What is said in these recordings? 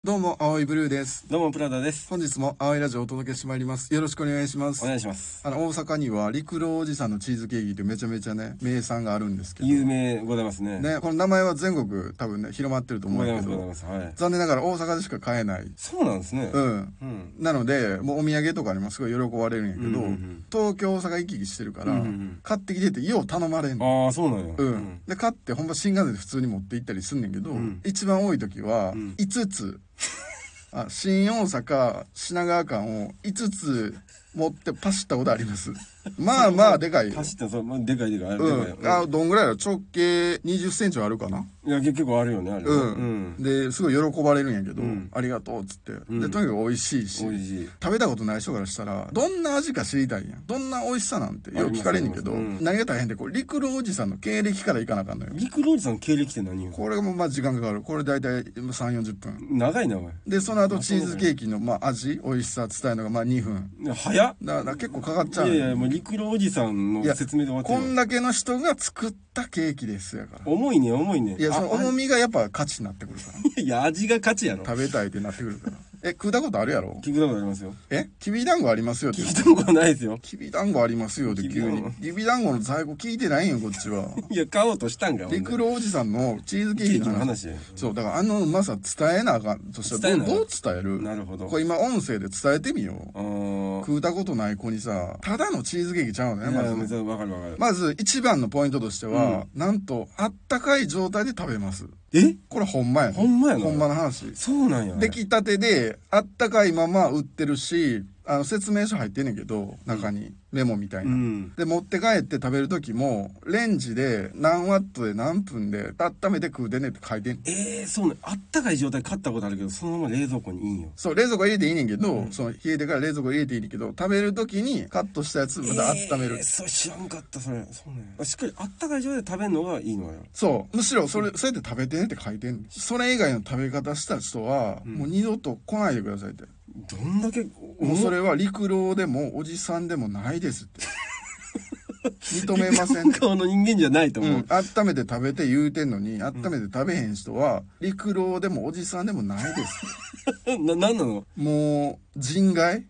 どうも、青いブルーです。 どうも、プラダです。 本日も青いラジオをお届けしてまいります。よろしくお願いします。 お願いします。 大阪には陸路おじさんのチーズケーキってめちゃめちゃね、名産があるんですけど。 有名ございますね。 ね、この名前は全国多分ね、広まってると思うんだけど。 ございます。はい。 残念ながら大阪でしか買えない。 そうなんですね。 うん。なので、もうお土産とかにもすごい喜ばれるんやけど、東京、大阪行き来してるから、買ってきてて、よう頼まれんの。 ああ、そうなんや。 で、買ってほんま新幹線で普通に持って行ったりすんねんけど、一番多い時は、5つ。新大阪品川間を5つ持ってパシったことあります。まあまあでかいよ。 パシったそうでかい。 どんぐらいだろ、直径20センチはあるかな。 いや結構あるよね、あれ。 ですごい喜ばれるんやけど、ありがとうっつって、でとにかく美味しいし、食べたことない人からしたらどんな味か知りたいやん。どんな美味しさなんてよく聞かれんねんけど、何が大変で、これ陸路おじさんの経歴からいかなあかんのよ。 陸路おじさんの経歴って何よ。 これもまあ時間かかる。これ大体3、40分。 長いなお前。 でその後チーズケーキの味、美味しさ伝えるのがまあ2分。 早っ。 だから結構かかっちゃう。 いやもう陸路おじさんの説明で終わってる。 こんだけの人が作ったケーキですやから。 重いね。 いや、その重みがやっぱ価値になってくるから。 いや味が価値やろ。 食べたいってなってくるから。食ったことあるやろ。 聞くたことありますよ。 きびだんごありますよって。 聞いたことないですよ。 きびだんごありますよって急に。きびだんごの在庫聞いてないんよこっちは。 いや買おうとしたんか。 陸路おじさんのチーズケーキの話。そうだから、うまさ伝えなあかんとしたらどう伝える。 なるほど。 これ今音声で伝えてみよう。食うたことない子にさ、ただのチーズケーキちゃうのね。まず一番のポイントとしては、なんとあったかい状態で食べます。これほんまやね。 ほんまやな。 ほんまの話。 そうなんや。 出来たてであったかいまま売ってるし、説明書入ってんねんけど、中にメモみたいな。で持って帰って食べる時もレンジで何ワットで何分で温めて食うてねって書いてんねん。 そうね。あったかい状態買ったことあるけど、そのまま冷蔵庫にいいんよ。 そう、冷蔵庫入れていいねんけど、その冷えてから冷蔵庫入れていいねんけど、食べる時にカットしたやつまた温める。 それ知らんかったそれ。そうね。しっかりあったかい状態で食べるのがいいのよ。 そう、むしろそうやって食べてねって書いてんねん。それ以外の食べ方した人は、もう二度と来ないでくださいって。 どんだけもうそれは陸路でもおじさんでもないですって認めません。 顔の人間じゃないと思う。 温めて食べて言うてんのに、温めて食べへん人は陸路でもおじさんでもないですなんなの。 もう人外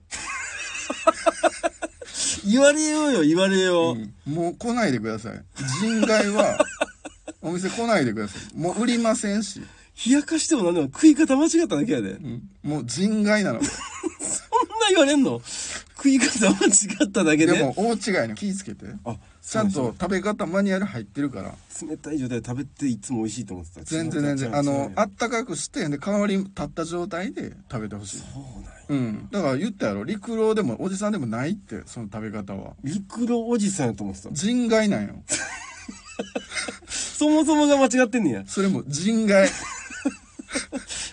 言われようよ、言われよう。もう来ないでください。人外はお店来ないでください。もう売りませんし。 冷やかしても何でも食い方間違っただけやで。 もう人外なので。 そんな言われんの。食い方間違っただけで。 でも大違いの気ぃつけて。ちゃんと食べ方マニュアル入ってるから。 冷たい状態で食べていつも美味しいと思ってた。 全然あったかくしてで香り立った状態で食べてほしい。 そうなんや。 だから言ったやろ、陸路でもおじさんでもないって、その食べ方は。 陸路おじさんやと思ってた。 人外なんよ。 そもそもが間違ってんねや。 それも人外。